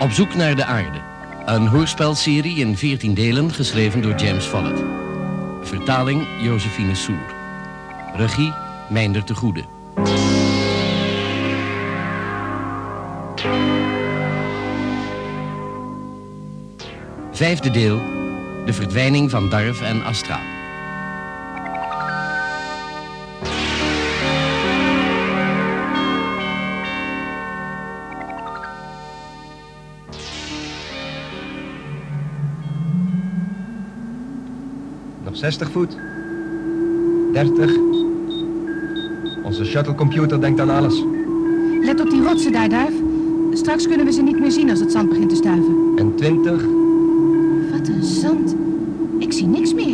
Op zoek naar de aarde. Een hoorspelserie in 14 delen geschreven door James Follett. Vertaling Josephine Soer. Regie Meinder te Goede. Vijfde deel. De verdwijning van Darf en Astra. Nog 60 voet. 30. Onze shuttlecomputer denkt aan alles. Let op die rotsen daar, Duif. Straks kunnen we ze niet meer zien als het zand begint te stuiven. En 20. Wat een zand. Ik zie niks meer.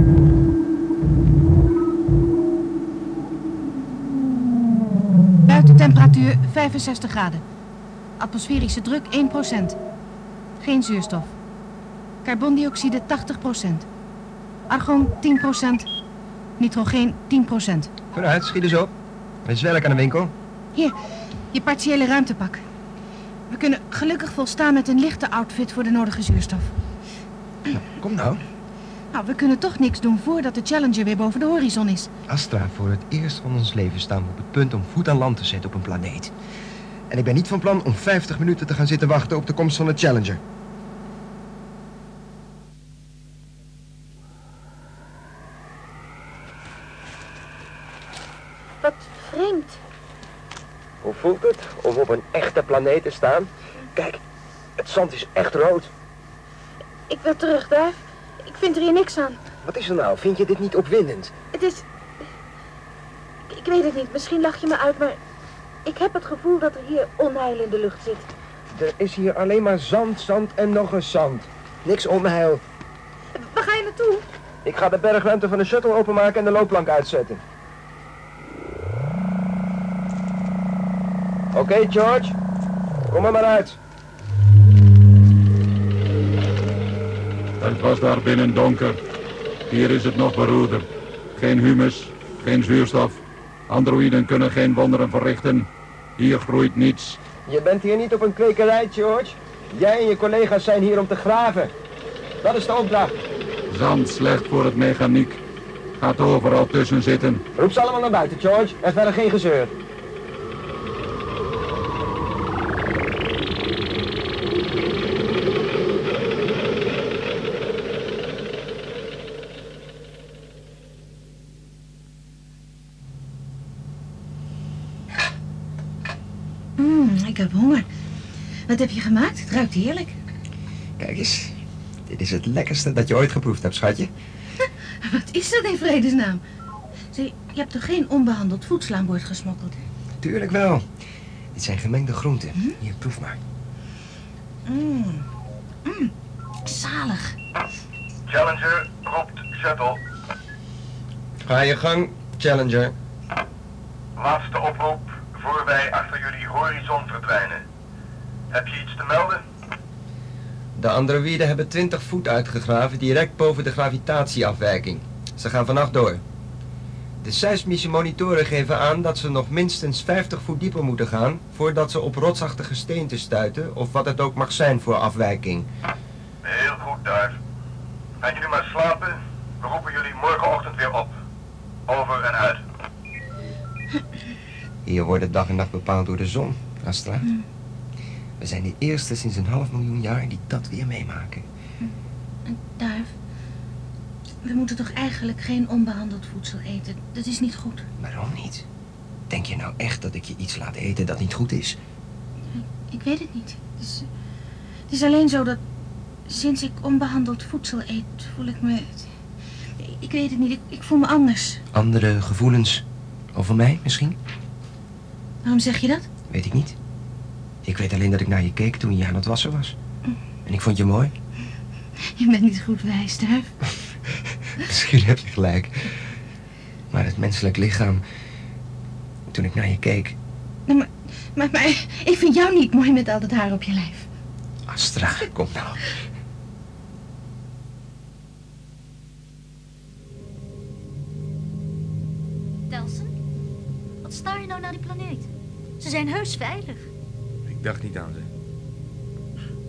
Buitentemperatuur 65 graden. Atmosferische druk 1%. Geen zuurstof. Carbondioxide 80%. Argon 10%. Nitrogeen 10%. Vooruit, schiet eens op. Er is werk aan de winkel. Hier, je partiële ruimtepak. We kunnen gelukkig volstaan met een lichte outfit voor de nodige zuurstof. Nou, kom nou. Nou, we kunnen toch niks doen voordat de Challenger weer boven de horizon is. Astra, voor het eerst van ons leven staan we op het punt om voet aan land te zetten op een planeet. En ik ben niet van plan om 50 minuten te gaan zitten wachten op de komst van de Challenger. Wat vreemd. Hoe voelt het om op een echte planeet te staan? Kijk, het zand is echt rood. Ik wil terug, Duif. Ik vind er hier niks aan. Wat is er nou? Vind je dit niet opwindend? Het is... Ik weet het niet. Misschien lach je me uit, maar... Ik heb het gevoel dat er hier onheil in de lucht zit. Er is hier alleen maar zand, zand en nog eens zand. Niks onheil. Waar ga je naartoe? Ik ga de bergruimte van de shuttle openmaken en de loopplank uitzetten. Oké, George. Kom er maar uit. Het was daar binnen donker. Hier is het nog beroerder. Geen humus, geen zuurstof. Androïden kunnen geen wonderen verrichten. Hier groeit niets. Je bent hier niet op een kwekerij, George. Jij en je collega's zijn hier om te graven. Dat is de opdracht. Zand slecht voor het mechaniek. Gaat overal tussen zitten. Roep ze allemaal naar buiten, George. En verder geen gezeur. Ik heb honger. Wat heb je gemaakt? Het ruikt heerlijk. Kijk eens. Dit is het lekkerste dat je ooit geproefd hebt, schatje. Wat is dat in vredesnaam? Zeg, je hebt toch geen onbehandeld voedsel aan boord gesmokkeld? Tuurlijk wel. Dit zijn gemengde groenten. Hier, proef maar. Zalig. Challenger roept shuttle. Ga je gang, Challenger. Laatste oproep voor wij achter jullie horizon verdwijnen. Heb je iets te melden? De androïden hebben 20 voet uitgegraven direct boven de gravitatieafwijking. Ze gaan vannacht door. De seismische monitoren geven aan dat ze nog minstens 50 voet dieper moeten gaan voordat ze op rotsachtige gesteente stuiten of wat het ook mag zijn voor afwijking. Heel goed, Duif. Gaan jullie maar slapen. We roepen jullie morgenochtend weer op. Over en uit. Hier worden dag en nacht bepaald door de zon, Astra. We zijn de eerste sinds 500.000 jaar die dat weer meemaken. Duif, we moeten toch eigenlijk geen onbehandeld voedsel eten? Dat is niet goed. Waarom niet? Denk je nou echt dat ik je iets laat eten dat niet goed is? Ik weet het niet. Het is alleen zo dat sinds ik onbehandeld voedsel eet, voel ik me... Ik weet het niet, ik voel me anders. Andere gevoelens over mij misschien? Waarom zeg je dat? Weet ik niet. Ik weet alleen dat ik naar je keek toen je aan het wassen was. En ik vond je mooi. Je bent niet goed wijs, Duif. Misschien heb je gelijk. Maar het menselijk lichaam... Toen ik naar je keek... Maar ik vind jou niet mooi met al dat haar op je lijf. Astra, kom nou. Delson, wat staar je nou naar die planeet? Ze zijn heus veilig. Ik dacht niet aan ze.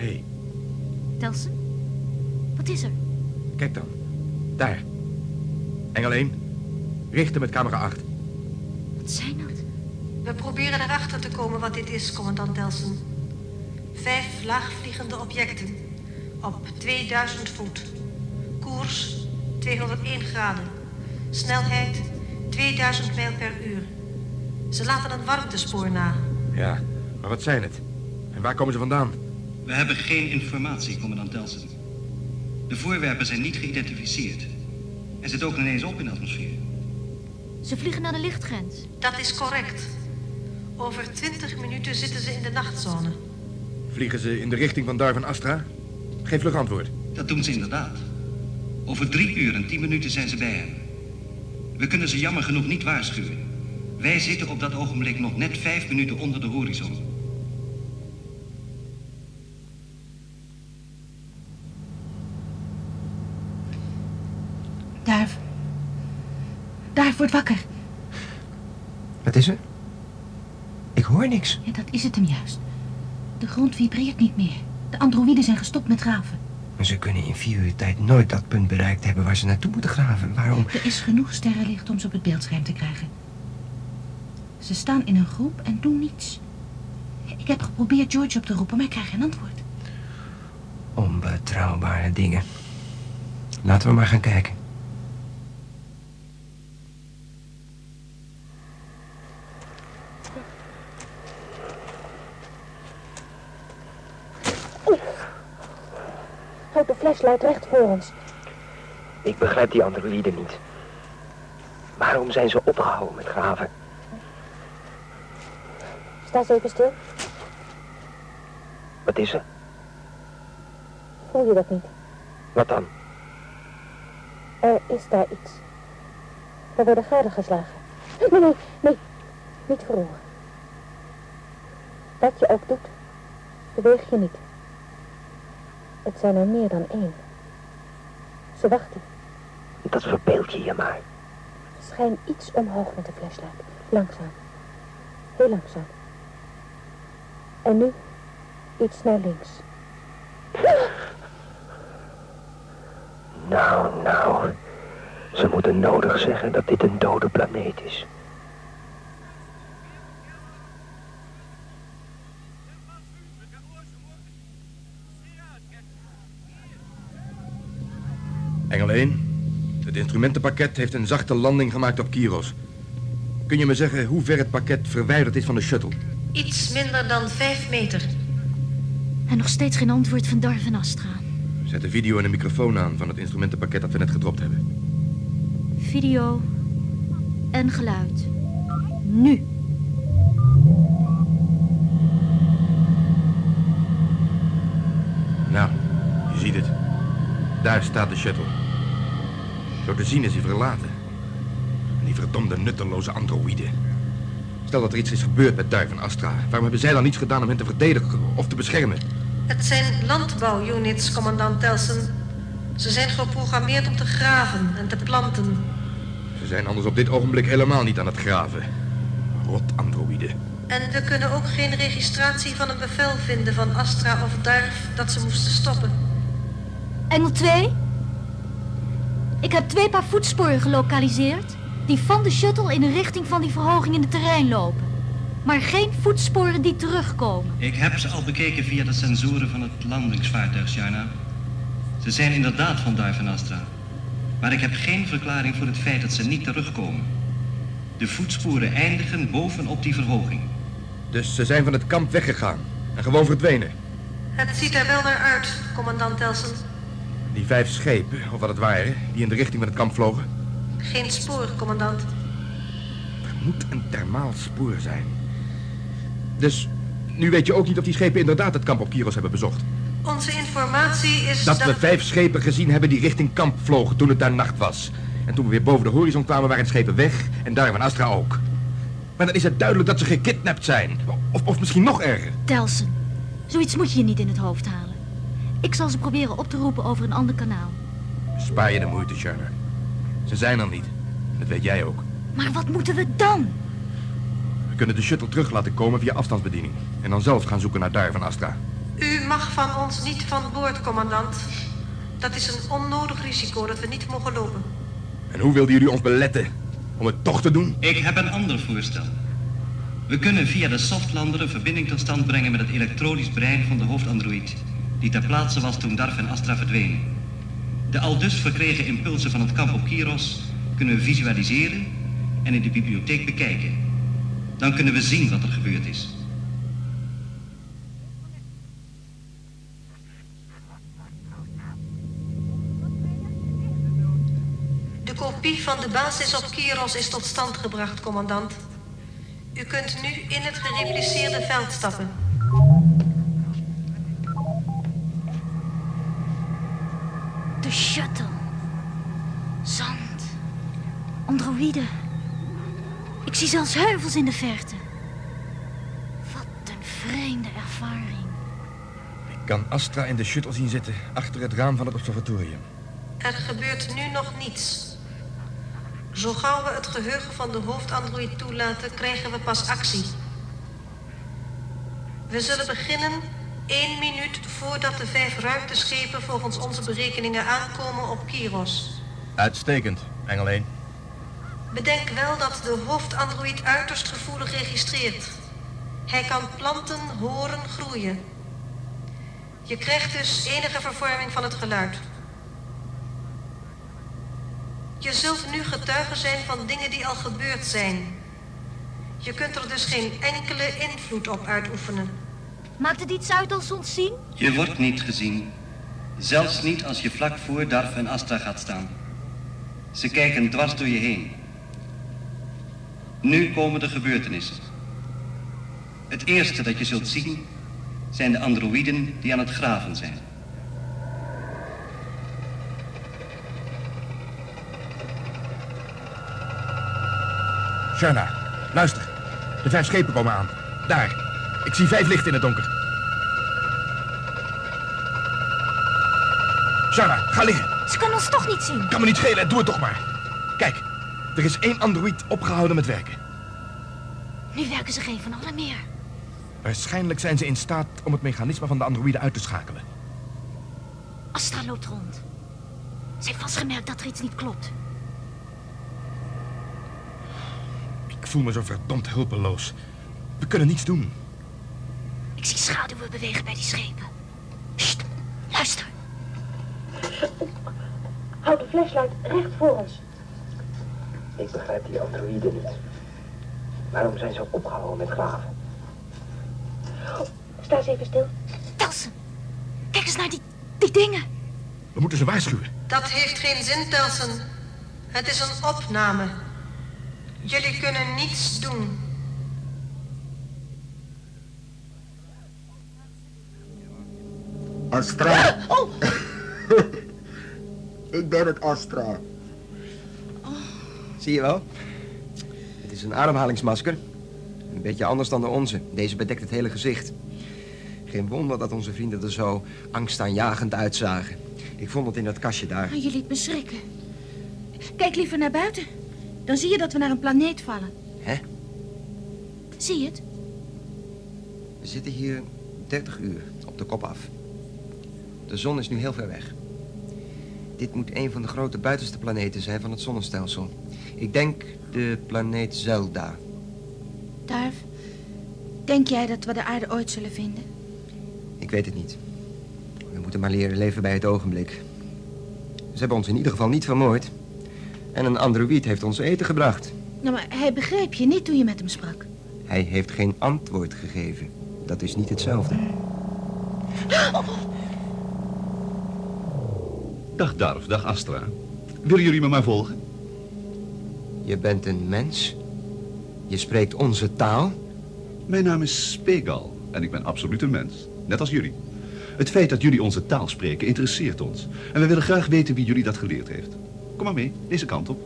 Hé, Telsen? Wat is er? kijk dan. Daar. Engel 1. Richten met camera 8. Wat zijn dat? We proberen erachter te komen wat dit is, commandant Telsen. 5 laagvliegende objecten. Op 2000 voet. Koers 201 graden. Snelheid 2000 mijl per uur. Ze laten een warmtespoor na. Ja, maar wat zijn het? En waar komen ze vandaan? We hebben geen informatie, commandant Telsen. De voorwerpen zijn niet geïdentificeerd. Er zit ook ineens op in de atmosfeer. Ze vliegen naar de lichtgrens. Dat is correct. Over 20 minuten zitten ze in de nachtzone. Vliegen ze in de richting van Dar van Astra? Geen vlug antwoord. Dat doen ze inderdaad. Over 3 uur en 10 minuten zijn ze bij hem. We kunnen ze jammer genoeg niet waarschuwen. Wij zitten op dat ogenblik nog net 5 minuten onder de horizon. Daar wordt wakker. Wat is er? Ik hoor niks. Ja, dat is het hem juist. De grond vibreert niet meer. De androïden zijn gestopt met graven. Maar ze kunnen in 4 uur tijd nooit dat punt bereikt hebben waar ze naartoe moeten graven. Waarom? Er is genoeg sterrenlicht om ze op het beeldscherm te krijgen. Ze staan in een groep en doen niets. Ik heb geprobeerd George op te roepen, maar ik krijg geen antwoord. Onbetrouwbare dingen. Laten we maar gaan kijken. Houd de flashlight recht voor ons. Ik begrijp die androïden niet. Waarom zijn ze opgehouden met graven? Sta eens even stil. Wat is er? Voel je dat niet? Wat dan? Er is daar iets. We worden gadegeslagen. Nee. Niet verroeren. Wat je ook doet, beweeg je niet. Het zijn er meer dan 1. Ze wachten. Dat verbeeld je je maar. Schijn iets omhoog met de flashlight. Langzaam. Heel langzaam. En nu iets naar links. Nou. Ze moeten nodig zeggen dat dit een dode planeet is. Engel 1. Het instrumentenpakket heeft een zachte landing gemaakt op Kiros. Kun je me zeggen hoe ver het pakket verwijderd is van de shuttle? Iets minder dan 5 meter. En nog steeds geen antwoord van Dar van Astra. Zet de video en de microfoon aan van het instrumentenpakket dat we net gedropt hebben. Video en geluid. Nu. Nou, je ziet het. Daar staat de shuttle. Zo te zien is hij verlaten. En die verdomde nutteloze androïden. Stel dat er iets is gebeurd met Dar van Astra. Waarom hebben zij dan niets gedaan om hen te verdedigen of te beschermen? Het zijn landbouwunits, commandant Telsen. Ze zijn geprogrammeerd om te graven en te planten. Ze zijn anders op dit ogenblik helemaal niet aan het graven. Rot androïden. En we kunnen ook geen registratie van een bevel vinden van Astra of Darf dat ze moesten stoppen. Engel 2? Ik heb 2 paar voetsporen gelokaliseerd die van de shuttle in de richting van die verhoging in het terrein lopen. Maar geen voetsporen die terugkomen. Ik heb ze al bekeken via de sensoren van het landingsvaartuig, Sharna. Ze zijn inderdaad van Dar van Astra. Maar ik heb geen verklaring voor het feit dat ze niet terugkomen. De voetsporen eindigen bovenop die verhoging. Dus ze zijn van het kamp weggegaan en gewoon verdwenen. Het ziet er wel naar uit, commandant Telsen. Die 5 schepen, of wat het waren, die in de richting van het kamp vlogen. Geen spoor, commandant. Er moet een thermaal spoor zijn. Dus nu weet je ook niet of die schepen inderdaad het kamp op Kiros hebben bezocht. Onze informatie is Dat we 5 schepen gezien hebben die richting kamp vlogen toen het daar nacht was. En toen we weer boven de horizon kwamen waren schepen weg en Dar van Astra ook. Maar dan is het duidelijk dat ze gekidnapt zijn. Of misschien nog erger. Telsen, zoiets moet je je niet in het hoofd halen. Ik zal ze proberen op te roepen over een ander kanaal. Spaar je de moeite, Sharna. Ze zijn er niet. Dat weet jij ook. Maar wat moeten we dan? We kunnen de shuttle terug laten komen via afstandsbediening. En dan zelf gaan zoeken naar Dar van Astra. U mag van ons niet van boord, commandant. Dat is een onnodig risico dat we niet mogen lopen. En hoe wilden jullie ons beletten om het toch te doen? Ik heb een ander voorstel. We kunnen via de softlander een verbinding tot stand brengen met het elektronisch brein van de hoofdandroïd, die ter plaatse was toen Darf en Astra verdwenen. De aldus verkregen impulsen van het kamp op Kiros kunnen we visualiseren en in de bibliotheek bekijken. Dan kunnen we zien wat er gebeurd is. De kopie van de basis op Kiros is tot stand gebracht, commandant. U kunt nu in het gerepliceerde veld stappen. De shuttle. Zand. Androïden. Ik zie zelfs heuvels in de verte. Wat een vreemde ervaring. Ik kan Astra in de shuttle zien zitten, achter het raam van het observatorium. Er gebeurt nu nog niets. Zo gauw we het geheugen van de hoofdandroïd toelaten, krijgen we pas actie. We zullen beginnen 1 minuut voordat de 5 ruimteschepen volgens onze berekeningen aankomen op Kiros. Uitstekend, Engel 1. Bedenk wel dat de hoofdandroïd uiterst gevoelig registreert. Hij kan planten horen groeien. Je krijgt dus enige vervorming van het geluid. Je zult nu getuige zijn van dingen die al gebeurd zijn. Je kunt er dus geen enkele invloed op uitoefenen. Maakt het iets uit als ze ons zien? Je wordt niet gezien. Zelfs niet als je vlak voor Darf en Astra gaat staan. Ze kijken dwars door je heen. Nu komen de gebeurtenissen. Het eerste dat je zult zien zijn de androïden die aan het graven zijn. Sharna, luister. De 5 schepen komen aan. Daar. Ik zie 5 lichten in het donker. Sharna, ga liggen. Ze kunnen ons toch niet zien. Kan me niet schelen, doe het toch maar. Kijk, er is 1 androïd opgehouden met werken. Nu werken ze geen van allen meer. Waarschijnlijk zijn ze in staat om het mechanisme van de androïden uit te schakelen. Astra loopt rond. Ze heeft vastgemerkt dat er iets niet klopt. Ik voel me zo verdomd hulpeloos. We kunnen niets doen. Ik zie schaduwen bewegen bij die schepen. Sst, luister. Houd de flashlight recht voor ons. Ik begrijp die androïden niet. Waarom zijn ze opgehouden met graven? Sta eens even stil. Telsen, kijk eens naar die dingen. We moeten ze waarschuwen. Dat heeft geen zin, Telsen. Het is een opname. Jullie kunnen niets doen. Astra. Oh. Ik ben het, Astra. Zie je wel? Het is een ademhalingsmasker. Een beetje anders dan de onze. Deze bedekt het hele gezicht. Geen wonder dat onze vrienden er zo angstaanjagend uitzagen. Ik vond het in dat kastje daar. Je liet me schrikken. Kijk liever naar buiten. Dan zie je dat we naar een planeet vallen. Hè? Zie je het? We zitten hier 30 uur op de kop af. De zon is nu heel ver weg. Dit moet een van de grote buitenste planeten zijn van het zonnestelsel. Ik denk de planeet Zelda. Darf, denk jij dat we de aarde ooit zullen vinden? Ik weet het niet. We moeten maar leren leven bij het ogenblik. Ze hebben ons in ieder geval niet vermoord. En een androïd heeft ons eten gebracht. Nou, maar hij begreep je niet toen je met hem sprak. Hij heeft geen antwoord gegeven. Dat is niet hetzelfde. Dag Darf, dag Astra. Willen jullie me maar volgen? Je bent een mens? Je spreekt onze taal? Mijn naam is Spegal en ik ben absoluut een mens. Net als jullie. Het feit dat jullie onze taal spreken interesseert ons. En we willen graag weten wie jullie dat geleerd heeft. Kom maar mee, deze kant op.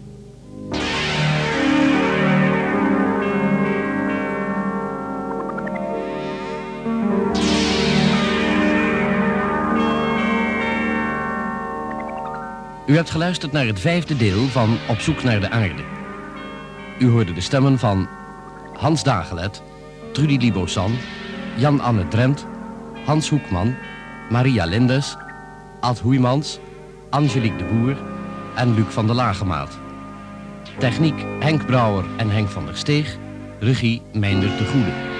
U hebt geluisterd naar het 5e deel van Op zoek naar de aarde. U hoorde de stemmen van Hans Dagelet, Trudy Libosan, Jan-Anne Drent, Hans Hoekman, Maria Lindes, Ad Hoeimans, Angelique de Boer en Luc van der Lagemaat. Techniek Henk Brouwer en Henk van der Steeg. Regie Meindert de Goede.